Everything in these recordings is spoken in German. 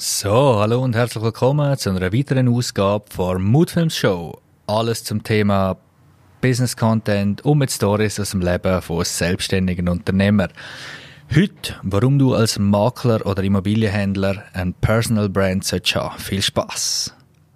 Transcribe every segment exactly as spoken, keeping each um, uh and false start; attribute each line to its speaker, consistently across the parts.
Speaker 1: So, hallo und herzlich willkommen zu einer weiteren Ausgabe von Moodfilms Show. Alles zum Thema Business Content und mit Stories aus dem Leben von selbstständigen Unternehmern. Heute, warum du als Makler oder Immobilienhändler ein Personal Brand solltest haben. Viel Spaß!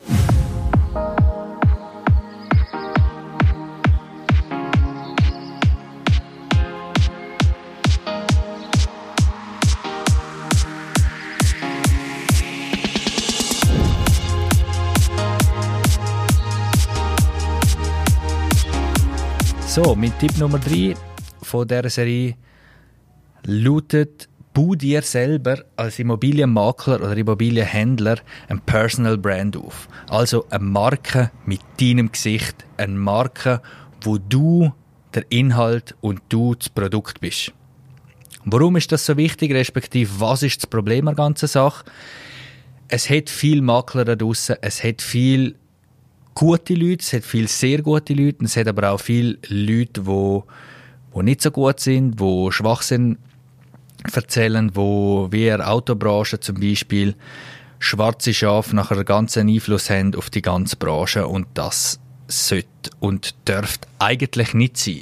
Speaker 1: So, mit Tipp Nummer drei von dieser Serie lautet: Bau dir selber als Immobilienmakler oder Immobilienhändler ein Personal Brand auf. Also eine Marke mit deinem Gesicht. Eine Marke, wo du der Inhalt und du das Produkt bist. Warum ist das so wichtig, respektive was ist das Problem an der ganzen Sache? Es hat viele Makler da draussen, es hat viele gute Leute, es hat viele sehr gute Leute, es hat aber auch viele Leute, die, die nicht so gut sind, die Schwachsinn erzählen, die wie in der Autobranche zum Beispiel schwarze Schafe nachher einen ganzen Einfluss haben auf die ganze Branche, und das sollte und dürfte eigentlich nicht sein.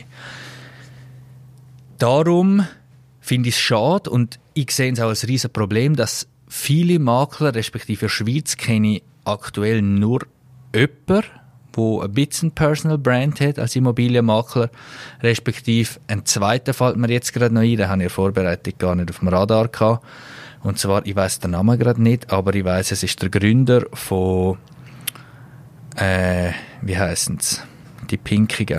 Speaker 1: Darum finde ich es schade, und ich sehe es auch als riesen Problem, dass viele Makler, respektive in der Schweiz kenne ich aktuell nur jemand, der ein bisschen Personal Brand hat als Immobilienmakler, respektive ein zweiter fällt mir jetzt gerade noch ein, den habe ich in der Vorbereitung gar nicht auf dem Radar gehabt. Und zwar, ich weiss den Namen gerade nicht, aber ich weiss, es ist der Gründer von, äh, wie heissen es? Die Pinkigen.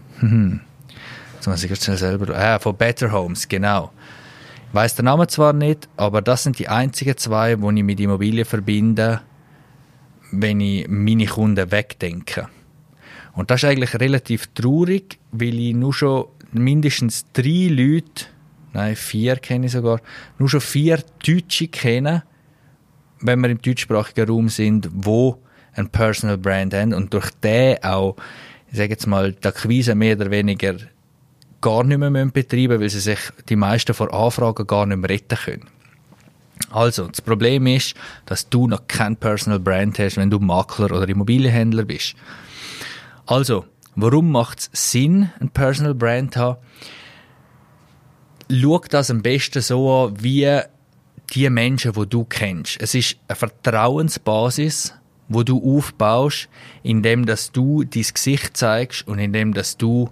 Speaker 1: Jetzt muss ich gerade schnell selber, äh, von Better Homes, genau. Ich weiss den Namen zwar nicht, aber das sind die einzigen zwei, die ich mit Immobilien verbinde, wenn ich meine Kunden wegdenke. Und das ist eigentlich relativ traurig, weil ich nur schon mindestens drei Leute, nein, vier kenne ich sogar, nur schon vier Deutsche kenne, wenn wir im deutschsprachigen Raum sind, die ein Personal Brand haben und durch den auch, ich sage jetzt mal, die Akquise mehr oder weniger gar nicht mehr betreiben müssen, weil sie sich die meisten von Anfragen gar nicht mehr retten können. Also, das Problem ist, dass du noch kein Personal Brand hast, wenn du Makler oder Immobilienhändler bist. Also, warum macht es Sinn, ein Personal Brand zu haben? Schau das am besten so an, wie die Menschen, die du kennst. Es ist eine Vertrauensbasis, die du aufbaust, indem dass du dein Gesicht zeigst und indem dass du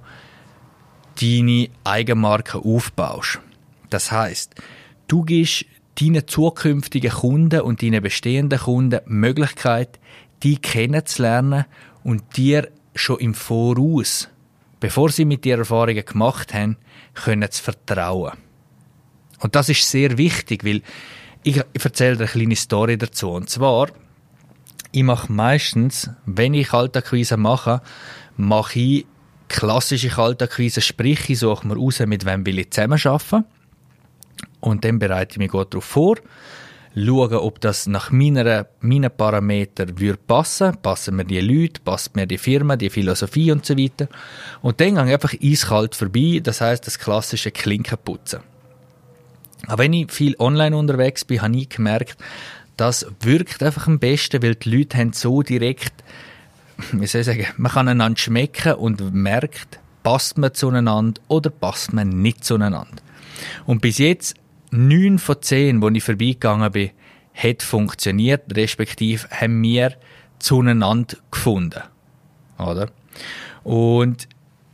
Speaker 1: deine Eigenmarke aufbaust. Das heisst, du gibst deinen zukünftigen Kunden und deinen bestehenden Kunden die Möglichkeit, die kennenzulernen und dir schon im Voraus, bevor sie mit dir Erfahrungen gemacht haben, können zu vertrauen. Und das ist sehr wichtig, weil ich, ich erzähle dir eine kleine Story dazu. Und zwar, ich mache meistens, wenn ich Kaltakquise mache, mache ich klassische Kaltakquise, sprich, ich suche mir raus, mit wem will ich zusammenarbeiten. Und dann bereite ich mich gut darauf vor, schaue, ob das nach meiner, meinen Parametern würde passen. Passen mir die Leute, passt mir die Firma, die Philosophie und so weiter. Und dann gehe ich einfach eiskalt vorbei, das heisst, das klassische Klinkenputzen. Aber wenn ich viel online unterwegs bin, habe ich gemerkt, das wirkt einfach am besten, weil die Leute haben so direkt, wie soll ich sagen, man kann einander schmecken und merkt, passt man zueinander oder passt man nicht zueinander. Und bis jetzt, neun von zehn, wo ich vorbeigegangen bin, hat funktioniert, respektive haben wir zueinander gefunden. Oder? Und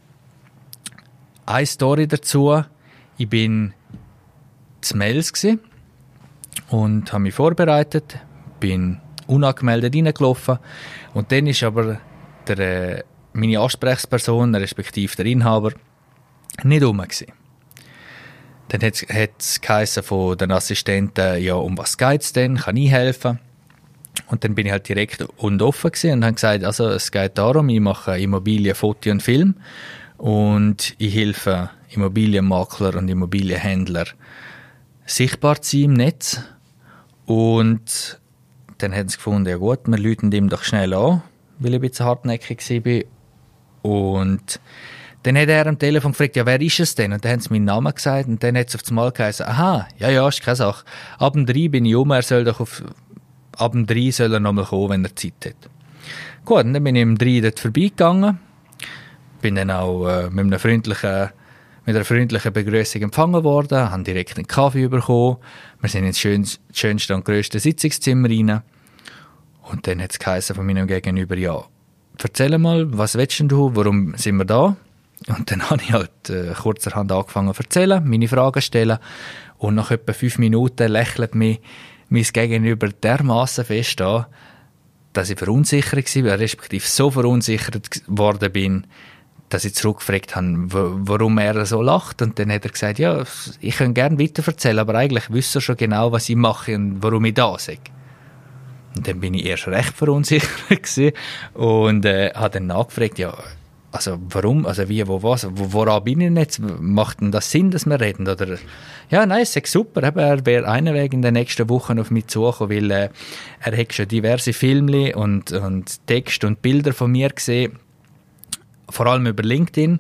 Speaker 1: eine Story dazu, ich bin zu Mels gsi und habe mich vorbereitet, bin unangemeldet reingelaufen und dann ist aber der, äh, meine Ansprechperson, respektive der Inhaber, nicht rum gsi. Dann hat es geheißen von den Assistenten, ja, um was geht's denn? Kann ich helfen? Und dann bin ich halt direkt und offen gewesen und habe gesagt, also es geht darum, ich mache Immobilien, Foto und Film und ich helfe Immobilienmakler und Immobilienhändler sichtbar zu sein im Netz. Und dann haben sie gefunden, ja gut, wir läuten ihm doch schnell an, weil ich ein bisschen hartnäckig war. Und dann hat er am Telefon gefragt, ja, wer ist es denn? Und dann haben sie meinen Namen gesagt und dann hat es auf das Mal geheißen, aha, ja, ja, ist keine Sache. Ab dem drei bin ich um, er soll doch auf ab dem drei soll er nochmal kommen, wenn er Zeit hat. Gut, und dann bin ich um drei dort vorbeigegangen. Bin dann auch äh, mit, einem freundlichen, mit einer freundlichen Begrüßung empfangen worden, haben direkt einen Kaffee bekommen. Wir sind ins schönste, schönste und grösste Sitzungszimmer rein. Und dann hat es geheißen von meinem Gegenüber, ja, erzähl mal, was willst du, warum sind wir da? Und dann habe ich halt äh, kurzerhand angefangen zu erzählen, meine Fragen zu stellen. Und nach etwa fünf Minuten lächelt mich mein Gegenüber dermassen fest an, dass ich verunsichert war, respektive so verunsichert worden bin, dass ich zurückgefragt habe, warum er so lacht. Und dann hat er gesagt, ja, ich kann gerne weiter erzählen, aber eigentlich wüsste er schon genau, was ich mache und warum ich da bin. Und dann bin ich erst recht verunsichert gewesen und äh, habe dann nachgefragt, ja, also warum, also wie, wo, was, wo, woran bin ich jetzt? Macht denn das Sinn, dass wir reden? Oder, ja, nein, es ist super, eben, er wäre einen Weg in den nächsten Wochen auf mich zugekommen, weil äh, er hat schon diverse Filme und, und Texte und Bilder von mir gesehen, vor allem über LinkedIn.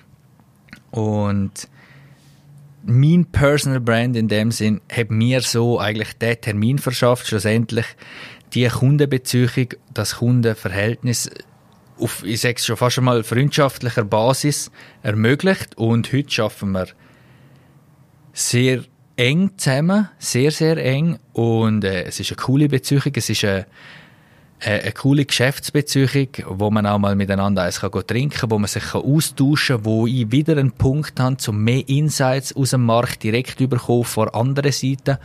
Speaker 1: Und mein Personal Brand in dem Sinn hat mir so eigentlich den Termin verschafft, schlussendlich die Kundenbeziehung, das Kundenverhältnis auf, ich sage es schon fast einmal, freundschaftlicher Basis ermöglicht. Und heute schaffen wir sehr eng zusammen, sehr, sehr eng. Und äh, es ist eine coole Beziehung, es ist eine, äh, eine coole Geschäftsbeziehung, wo man auch mal miteinander eins kann trinken kann, wo man sich kann austauschen kann, wo ich wieder einen Punkt habe, um mehr Insights aus dem Markt direkt überkommen von anderen Seiten.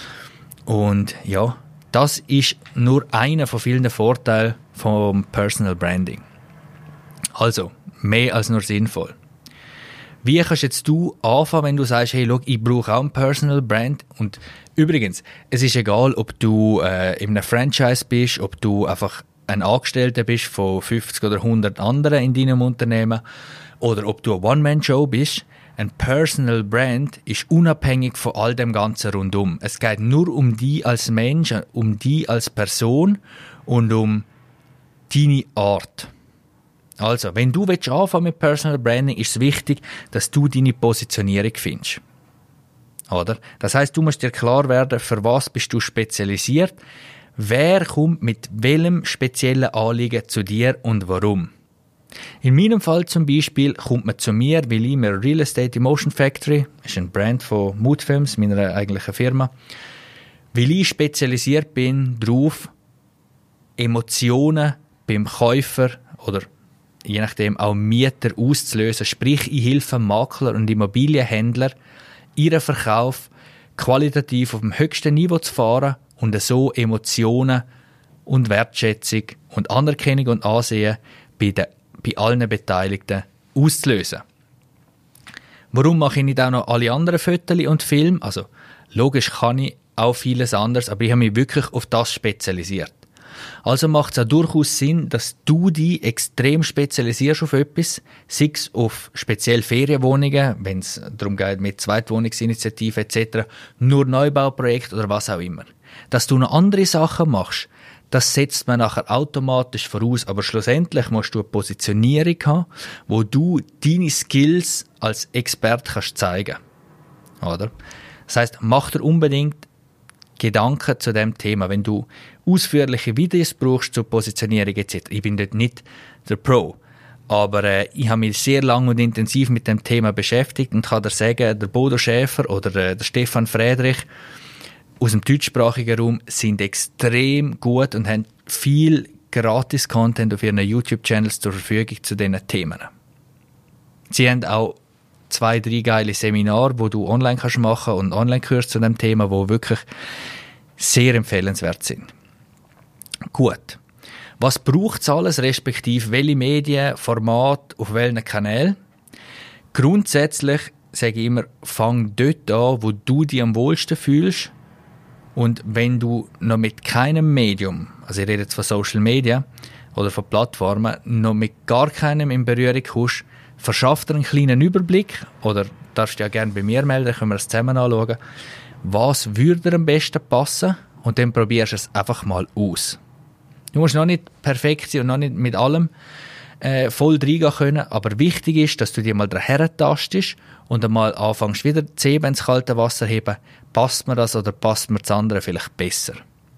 Speaker 1: Und ja, das ist nur einer von vielen Vorteilen vom Personal Branding. Also, mehr als nur sinnvoll. Wie kannst jetzt du anfangen, wenn du sagst, hey, schau, ich brauche auch ein Personal Brand? Und übrigens, es ist egal, ob du äh, in einem Franchise bist, ob du einfach ein Angestellter bist von fünfzig oder hundert anderen in deinem Unternehmen oder ob du eine One-Man-Show bist. Ein Personal Brand ist unabhängig von all dem Ganzen rundum. Es geht nur um dich als Mensch, um dich als Person und um deine Art. Also, wenn du willst anfangen mit Personal Branding, ist es wichtig, dass du deine Positionierung findest. Oder? Das heisst, du musst dir klar werden, für was bist du spezialisiert, wer kommt mit welchem speziellen Anliegen zu dir und warum. In meinem Fall zum Beispiel kommt man zu mir, weil ich mir Real Estate Emotion Factory, das ist ein Brand von Moodfilms, meiner eigentlichen Firma, weil ich spezialisiert bin darauf, Emotionen beim Käufer oder je nachdem auch Mieter auszulösen. Sprich, ich helfe Makler und Immobilienhändler, ihren Verkauf qualitativ auf dem höchsten Niveau zu fahren und so Emotionen und Wertschätzung und Anerkennung und Ansehen bei, den, bei allen Beteiligten auszulösen. Warum mache ich nicht auch noch alle anderen Fotos und Filme? Also logisch kann ich auch vieles anderes, aber ich habe mich wirklich auf das spezialisiert. Also macht es auch durchaus Sinn, dass du dich extrem spezialisierst auf etwas, sei es auf speziell Ferienwohnungen, wenn es darum geht mit Zweitwohnungsinitiative et cetera, nur Neubauprojekte oder was auch immer. Dass du noch andere Sachen machst, das setzt man nachher automatisch voraus, aber schlussendlich musst du eine Positionierung haben, wo du deine Skills als Experte kannst zeigen. Oder? Das heisst, mach dir unbedingt Gedanken zu dem Thema. Wenn du ausführliche Videos brauchst zur Positionierung et cetera. Ich bin dort nicht der Pro, aber äh, ich habe mich sehr lange und intensiv mit dem Thema beschäftigt und kann dir sagen, der Bodo Schäfer oder äh, der Stefan Friedrich aus dem deutschsprachigen Raum sind extrem gut und haben viel Gratis-Content auf ihren YouTube-Channels zur Verfügung zu diesen Themen. Sie haben auch zwei, drei geile Seminare, wo du online kannst machen und Online-Kurs zu dem Thema, wo wirklich sehr empfehlenswert sind. Gut. Was braucht es alles, respektive welche Medien, Format, auf welchen Kanälen? Grundsätzlich sage ich immer, fang dort an, wo du dich am wohlsten fühlst. Und wenn du noch mit keinem Medium, also ich rede jetzt von Social Media oder von Plattformen, noch mit gar keinem in Berührung kommst, verschaff dir einen kleinen Überblick, oder darfst du ja gerne bei mir melden, dann können wir es zusammen anschauen, was würde dir am besten passen, und dann probierst du es einfach mal aus. Du musst noch nicht perfekt sein und noch nicht mit allem äh, voll reingehen können, aber wichtig ist, dass du dir mal daher tastest und einmal anfängst, wieder die Zehen ins kalte Wasser heben. Passt mir das oder passt mir das andere vielleicht besser?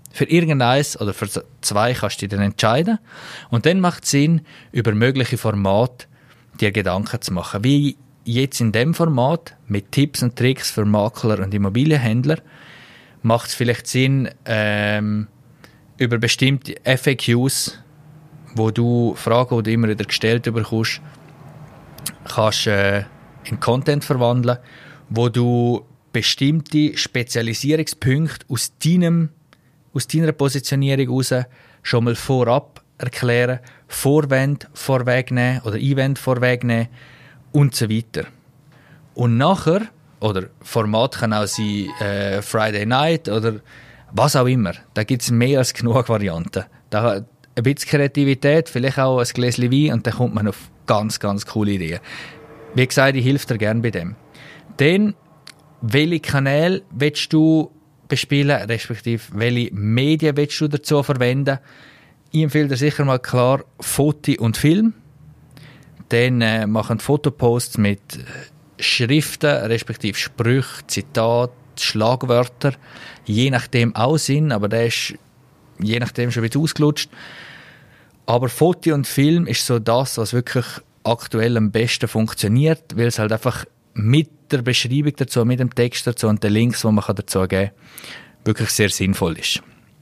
Speaker 1: Für irgendeins oder für zwei kannst du dich dann entscheiden. Und dann macht es Sinn, über mögliche Formate dir Gedanken zu machen. Wie jetzt in dem Format mit Tipps und Tricks für Makler und Immobilienhändler macht es vielleicht Sinn, ähm, über bestimmte F A Qs, wo du Fragen, die du immer wieder gestellt bekommst, kannst äh, in Content verwandeln, wo du bestimmte Spezialisierungspunkte aus, deinem, aus deiner Positionierung heraus schon mal vorab erklären, Vorwände vorwegnehmen oder Einwände vorwegnehmen und so weiter. Und nachher, oder Format kann auch sein äh, Friday Night oder was auch immer, da gibt es mehr als genug Varianten. Da ein bisschen Kreativität, vielleicht auch ein Gläschen Wein und dann kommt man auf ganz, ganz coole Ideen. Wie gesagt, ich helfe dir gerne bei dem. Dann, welche Kanäle willst du bespielen, respektive welche Medien willst du dazu verwenden? Ich empfehle dir sicher mal klar Foto und Film. Dann äh, machen Fotoposts mit Schriften, respektive Sprüche, Zitate, Schlagwörter. Je nachdem auch Sinn, aber der ist je nachdem schon ein bisschen ausgelutscht. Aber Foto und Film ist so das, was wirklich aktuell am besten funktioniert, weil es halt einfach mit der Beschreibung dazu, mit dem Text dazu und den Links, die man dazu geben kann, wirklich sehr sinnvoll ist.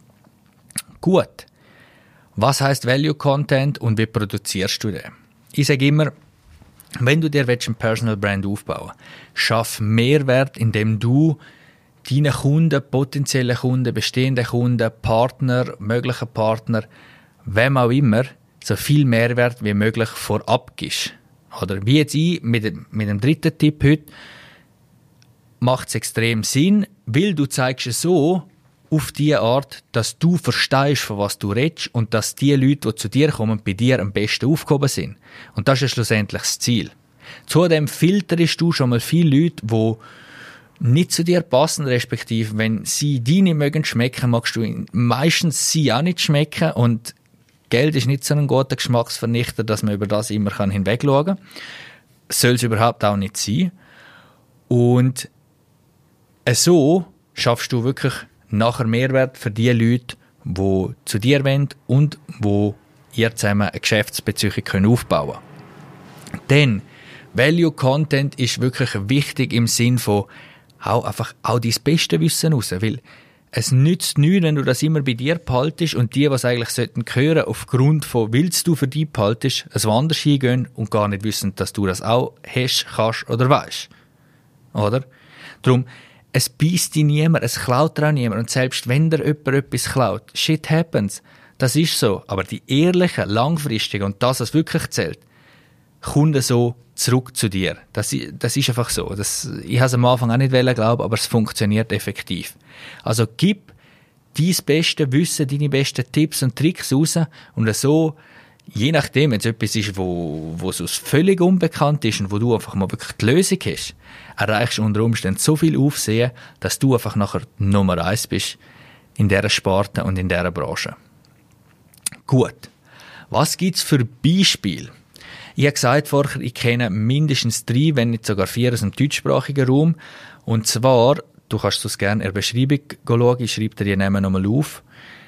Speaker 1: Gut. Was heisst Value Content und wie produzierst du den? Ich sage immer, wenn du dir einen Personal Brand aufbauen willst, schaff Mehrwert, indem du deinen Kunden, potenziellen Kunden, bestehenden Kunden, Partner, möglichen Partner, wem auch immer, so viel Mehrwert wie möglich vorab gibst. Oder wie jetzt ich mit dem, mit dem dritten Tipp heute, macht es extrem Sinn, weil du zeigst es so auf die Art, dass du verstehst, von was du redest und dass die Leute, die zu dir kommen, bei dir am besten aufgehoben sind. Und das ist schlussendlich das Ziel. Zudem filterst du schon mal viele Leute, die nicht zu dir passen, respektive wenn sie deine mögen schmecken, magst du meistens sie auch nicht schmecken und Geld ist nicht so ein guter Geschmacksvernichter, dass man über das immer hinwegschauen kann. Soll es überhaupt auch nicht sein. Und so schaffst du wirklich nachher Mehrwert für die Leute, die zu dir wollen und wo ihr zusammen eine Geschäftsbeziehung aufbauen können. Denn Value Content ist wirklich wichtig im Sinn von hau einfach auch dein Beste Wissen raus, weil es nützt nichts, wenn du das immer bei dir behaltest und die, was eigentlich sollten hören, aufgrund von willst du für dich behaltest, es woanders hingehen und gar nicht wissen, dass du das auch hast, kannst oder weißt. Oder? Darum, es beißt dich niemand, es klaut dir auch niemand und selbst wenn dir jemand etwas klaut, shit happens, das ist so, aber die ehrlichen, langfristigen und das, was wirklich zählt, kommen so zurück zu dir. Das, das ist einfach so. Das, ich habe es am Anfang auch nicht glauben, aber es funktioniert effektiv. Also gib dein beste Wissen, deine besten Tipps und Tricks raus und so, je nachdem, wenn es etwas ist, wo, wo es völlig unbekannt ist und wo du einfach mal wirklich die Lösung hast, erreichst du unter Umständen so viel Aufsehen, dass du einfach nachher Nummer eins bist in dieser Sparte und in dieser Branche. Gut. Was gibt es für Beispiele? Ich habe gesagt vorher, ich kenne mindestens drei, wenn nicht sogar vier aus dem deutschsprachigen Raum. Und zwar, du kannst es gerne in der Beschreibung schauen, ich schreibe dir die Namen nochmal auf.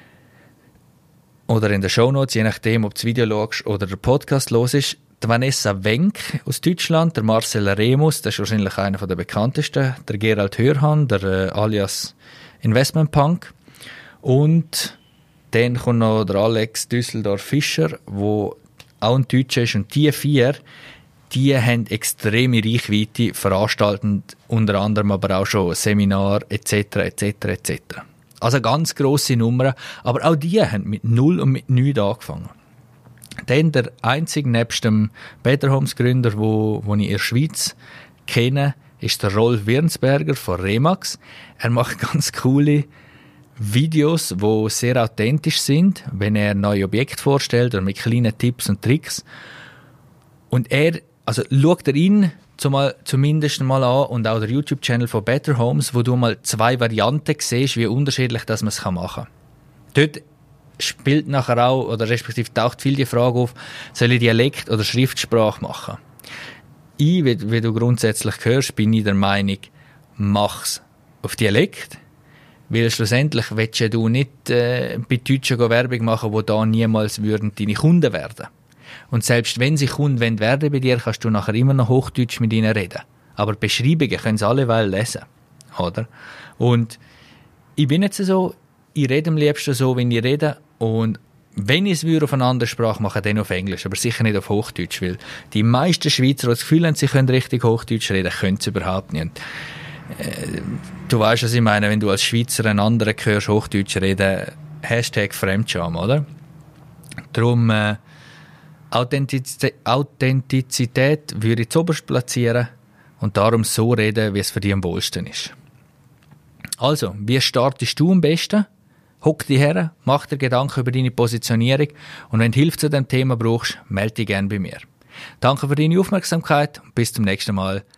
Speaker 1: Oder in den Shownotes, je nachdem, ob du das Video schaust oder der Podcast los ist. Die Vanessa Wenk aus Deutschland, der Marcel Remus, das ist wahrscheinlich einer der bekanntesten, der Gerald Hörhan, der äh, alias Investment Punk. Und dann kommt noch der Alex Düsseldorf-Fischer, der auch ein Deutscher ist. Und die vier, die haben extreme Reichweite, veranstalten unter anderem aber auch schon Seminar et cetera et cetera et cetera. Also ganz grosse Nummern, aber auch die haben mit null und mit nichts angefangen. Dann der einzige nebst dem Better Homes Gründer, wo, wo ich in der Schweiz kenne, ist der Rolf Wirnsberger von Remax. Er macht ganz coole Videos, die sehr authentisch sind, wenn er neue Objekte vorstellt oder mit kleinen Tipps und Tricks. Und er, also schaut er ihn zumal, zumindest mal an und auch der YouTube-Channel von Better Homes, wo du mal zwei Varianten siehst, wie unterschiedlich das man es machen kann. Dort spielt nachher auch, oder respektive taucht viel die Frage auf, soll ich Dialekt oder Schriftsprache machen? Ich, wie, wie du grundsätzlich hörst, bin ich der Meinung, mach's auf Dialekt, Weil schlussendlich willst ja du nicht äh, bei Deutschen Werbung machen, die da niemals würden deine Kunden werden. Und selbst wenn sie Kunden werden werden bei dir, kannst du nachher immer noch Hochdeutsch mit ihnen reden. Aber Beschreibungen können sie alle well lesen. Oder? Und ich bin jetzt so, ich rede am liebsten so, wenn ich rede. Und wenn ich es auf eine andere Sprache machen, dann auf Englisch, aber sicher nicht auf Hochdeutsch, weil die meisten Schweizer, die das Gefühl haben, sie können richtig Hochdeutsch reden, können es überhaupt nicht. Und, äh, du weißt, was ich meine, wenn du als Schweizer einen anderen hörst, Hochdeutsch reden, Hashtag Fremdscham, oder? Darum, äh, Authentizität, Authentizität würde ich zuoberst platzieren und darum so reden, wie es für dich am wohlsten ist. Also, wie startest du am besten? Hock dich her, mach dir Gedanken über deine Positionierung und wenn du Hilfe zu diesem Thema brauchst, melde dich gerne bei mir. Danke für deine Aufmerksamkeit und bis zum nächsten Mal.